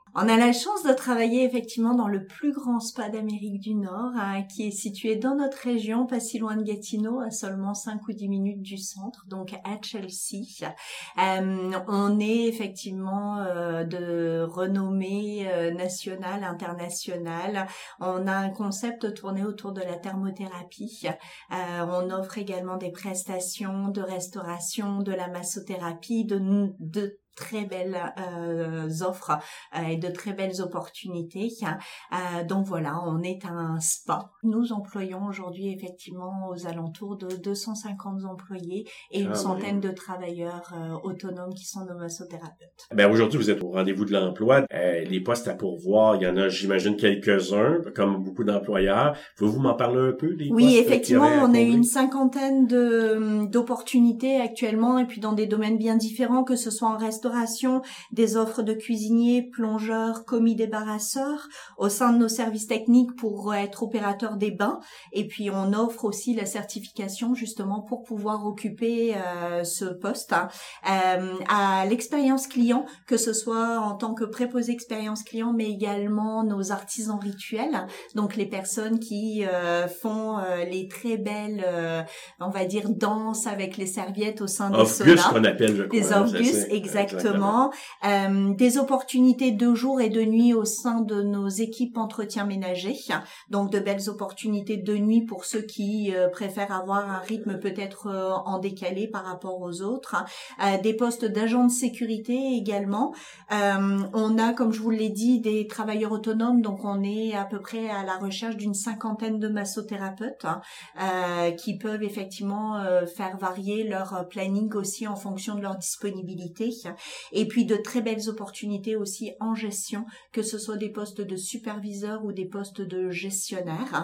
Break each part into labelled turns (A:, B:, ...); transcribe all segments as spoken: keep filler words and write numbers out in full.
A: On a la chance de travailler effectivement dans le plus grand spa d'Amérique du Nord, hein, qui est situé dans notre région, pas si loin de Gatineau, à seulement cinq ou dix minutes du centre, donc à Chelsea. Euh, on est effectivement euh, de renommée euh, nationale, internationale. On a un concept tourné autour de la thermothérapie. Euh, on offre également des prestations de restauration, de la massothérapie, de, de très belles euh, offres euh, et de très belles opportunités. Euh, donc voilà, on est un spa. Nous employons aujourd'hui effectivement aux alentours de deux cent cinquante employés et une ah, centaine oui. de travailleurs euh, autonomes qui sont nos massothérapeutes.
B: Ben aujourd'hui, vous êtes au rendez-vous de l'emploi. Euh, les postes à pourvoir, il y en a, j'imagine, quelques-uns, comme beaucoup d'employeurs. Pouvez-vous m'en parler un peu des
A: oui,
B: postes? Oui,
A: effectivement, on a une cinquantaine de d'opportunités actuellement et puis dans des domaines bien différents, que ce soit en restauration, des offres de cuisiniers, plongeurs, commis débarrasseurs au sein de nos services techniques pour être opérateur des bains. Et puis on offre aussi la certification justement pour pouvoir occuper euh, ce poste. Euh, à l'expérience client, que ce soit en tant que préposé expérience client, mais également nos artisans rituels, donc les personnes qui euh, font euh, les très belles, euh, on va dire, danses avec les serviettes au sein des saunas.
B: Off-gus qu'on appelle, je crois.
A: Les off-gus, exactement. Exactement. Euh, des opportunités de jour et de nuit au sein de nos équipes entretien ménager. Donc de belles opportunités de nuit pour ceux qui euh, préfèrent avoir un rythme peut-être euh, en décalé par rapport aux autres. Euh, des postes d'agents de sécurité également. Euh, on a, comme je vous l'ai dit, des travailleurs autonomes. Donc on est à peu près à la recherche d'une cinquantaine de massothérapeutes euh, qui peuvent effectivement euh, faire varier leur planning aussi en fonction de leur disponibilité. Et puis de très belles opportunités aussi en gestion, que ce soit des postes de superviseurs ou des postes de gestionnaires.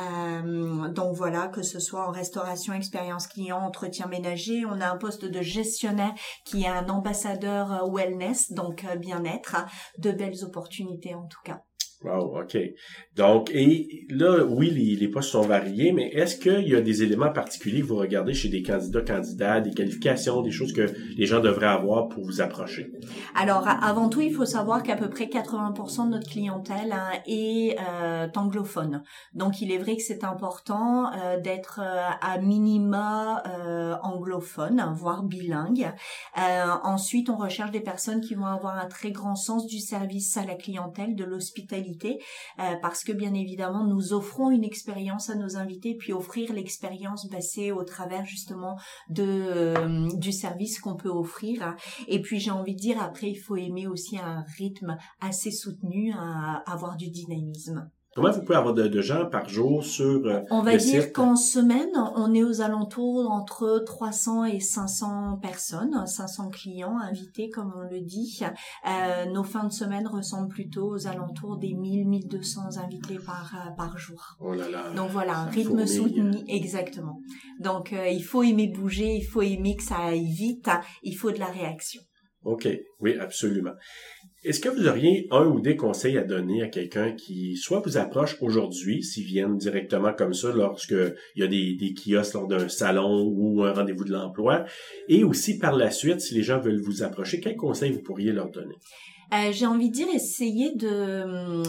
A: Euh, donc voilà, que ce soit en restauration, expérience client, entretien ménager. On a un poste de gestionnaire qui est un ambassadeur wellness, donc bien-être. De belles opportunités en tout cas.
B: Wow, OK. Donc, et là, oui, les, les postes sont variés, mais est-ce qu'il y a des éléments particuliers que vous regardez chez des candidats, candidats, des qualifications, des choses que les gens devraient avoir pour vous approcher?
A: Alors, avant tout, il faut savoir qu'à peu près quatre-vingts pour cent de notre clientèle hein, est euh, anglophone. Donc, il est vrai que c'est important euh, d'être euh, à minima euh, anglophone, voire bilingue. Euh, ensuite, on recherche des personnes qui vont avoir un très grand sens du service à la clientèle, de l'hospitalité, Euh, parce que bien évidemment nous offrons une expérience à nos invités, puis offrir l'expérience bah, c'est au travers justement de euh, du service qu'on peut offrir. Et puis j'ai envie de dire après il faut aimer aussi un rythme assez soutenu, à, à avoir du dynamisme.
B: Comment vous pouvez avoir de, de gens par jour sur euh,
A: On va
B: le
A: dire
B: site?
A: qu'en semaine, on est aux alentours entre trois cents et cinq cents personnes, cinq cents clients invités, comme on le dit. Euh, nos fins de semaine ressemblent plutôt aux alentours des mille, mille deux cents invités par, par jour.
B: Oh là là.
A: Donc voilà, un rythme soutenu, exactement. Donc euh, il faut aimer bouger, il faut aimer que ça aille vite, il faut de la réaction.
B: OK, oui, absolument. Est-ce que vous auriez un ou des conseils à donner à quelqu'un qui soit vous approche aujourd'hui, s'ils viennent directement comme ça lorsque il y a des, des kiosques lors d'un salon ou un rendez-vous de l'emploi, et aussi par la suite, si les gens veulent vous approcher, quels conseils vous pourriez leur donner?
A: Euh, j'ai envie de dire, essayez de,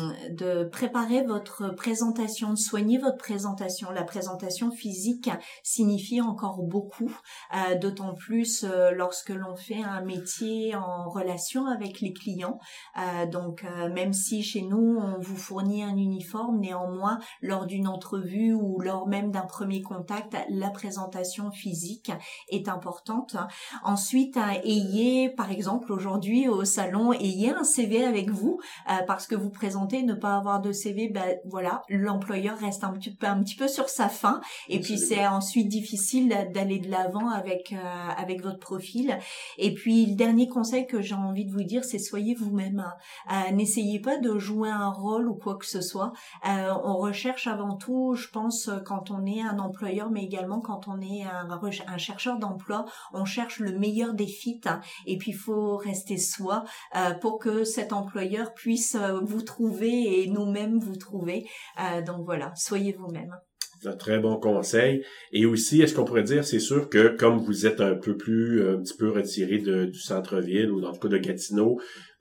A: de préparer votre présentation, de soigner votre présentation. La présentation physique signifie encore beaucoup, euh, d'autant plus euh, lorsque l'on fait un métier en relation avec les clients. Euh, donc, euh, même si chez nous, on vous fournit un uniforme, néanmoins, lors d'une entrevue ou lors même d'un premier contact, la présentation physique est importante. Ensuite, euh, ayez, par exemple, aujourd'hui au salon, ayez un C V avec vous, euh, parce que vous présentez, ne pas avoir de C V, ben voilà, l'employeur reste un petit peu un petit peu sur sa faim, et puis c'est ensuite difficile d'aller de l'avant avec euh, avec votre profil. Et puis le dernier conseil que j'ai envie de vous dire, c'est soyez vous-même. Euh, n'essayez pas de jouer un rôle ou quoi que ce soit. Euh, on recherche avant tout, je pense, quand on est un employeur, mais également quand on est un, un chercheur d'emploi, on cherche le meilleur des fits, hein, et puis il faut rester soi euh, pour que cet employeur puisse vous trouver et nous-mêmes vous trouver. Euh, donc voilà, soyez vous-même.
B: C'est un très bon conseil. Et aussi, est-ce qu'on pourrait dire, c'est sûr que comme vous êtes un peu plus, un petit peu retiré de, du centre-ville ou en tout cas de Gatineau,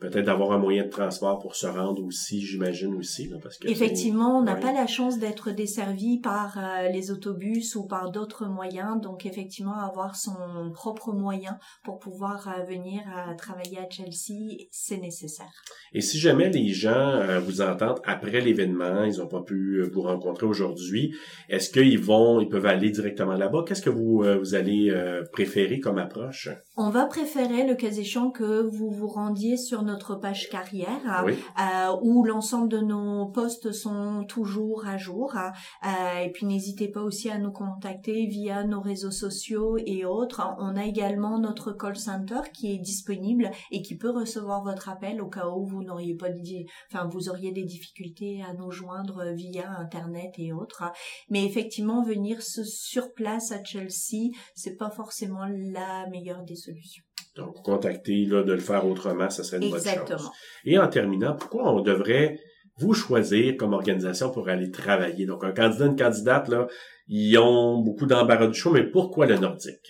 B: peut-être d'avoir un moyen de transport pour se rendre aussi, j'imagine aussi. Là, parce que
A: effectivement, on n'a
B: ouais.
A: pas la chance d'être desservi par euh, les autobus ou par d'autres moyens. Donc, effectivement, avoir son propre moyen pour pouvoir euh, venir euh, travailler à Chelsea, c'est nécessaire.
B: Et si jamais les gens euh, vous entendent après l'événement, ils n'ont pas pu vous rencontrer aujourd'hui, est-ce qu'ils vont, ils peuvent aller directement là-bas? Qu'est-ce que vous, euh, vous allez euh, préférer comme approche?
A: On va préférer, le cas échéant, que vous vous rendiez sur notre page carrière,
B: Oui.
A: euh, où l'ensemble de nos postes sont toujours à jour. Euh, et puis n'hésitez pas aussi à nous contacter via nos réseaux sociaux et autres. On a également notre call center qui est disponible et qui peut recevoir votre appel au cas où vous n'auriez pas, dit, enfin vous auriez des difficultés à nous joindre via Internet et autres. Mais effectivement, venir sur place à Chelsea, c'est pas forcément la meilleure des solutions.
B: Donc, contacter, là, de le faire autrement, ça serait une
A: Exactement.
B: bonne chose. Et en terminant, pourquoi on devrait vous choisir comme organisation pour aller travailler? Donc, un candidat, une candidate, là, ils ont beaucoup d'embarras du choix, mais pourquoi le Nordique?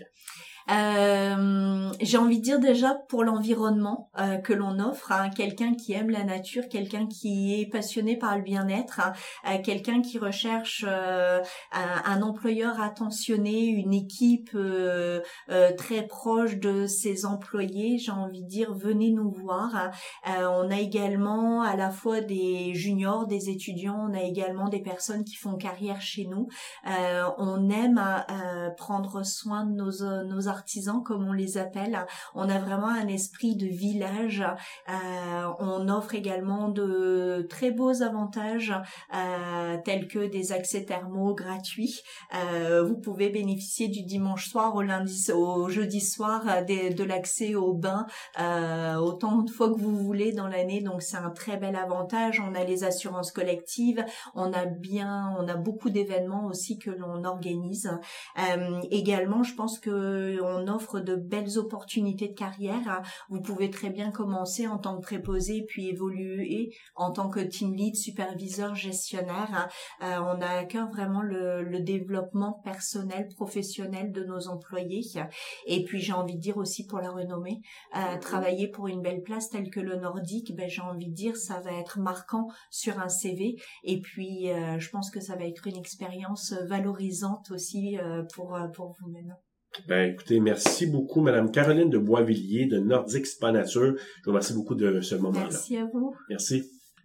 A: Euh, j'ai envie de dire déjà pour l'environnement euh, que l'on offre, hein, quelqu'un qui aime la nature, quelqu'un qui est passionné par le bien-être, hein, euh, quelqu'un qui recherche euh, un, un employeur attentionné, une équipe euh, euh, très proche de ses employés. J'ai envie de dire, venez nous voir. Hein. Euh, on a également à la fois des juniors, des étudiants, on a également des personnes qui font carrière chez nous. Euh, on aime euh, prendre soin de nos, nos artisans, comme on les appelle. On a vraiment un esprit de village. Euh, on offre également de très beaux avantages euh, tels que des accès thermaux gratuits. Euh, vous pouvez bénéficier du dimanche soir au lundi, au jeudi soir de, de l'accès au bain euh, autant de fois que vous voulez dans l'année. Donc c'est un très bel avantage. On a les assurances collectives. On a bien, on a beaucoup d'événements aussi que l'on organise. Euh, également, je pense que on offre de belles opportunités de carrière. Vous pouvez très bien commencer en tant que préposé, puis évoluer en tant que team lead, superviseur, gestionnaire. Euh, on a à cœur vraiment le, le développement personnel, professionnel de nos employés. Et puis, j'ai envie de dire aussi pour la renommée, euh, travailler pour une belle place telle que le Nordique, ben, j'ai envie de dire, ça va être marquant sur un C V. Et puis, euh, je pense que ça va être une expérience valorisante aussi euh, pour, pour vous-même.
B: Ben, écoutez, merci beaucoup, Madame Caroline de Boisvilliers de Nordique Spa Nature. Je vous remercie beaucoup de ce moment-là.
A: Merci à vous.
B: Merci.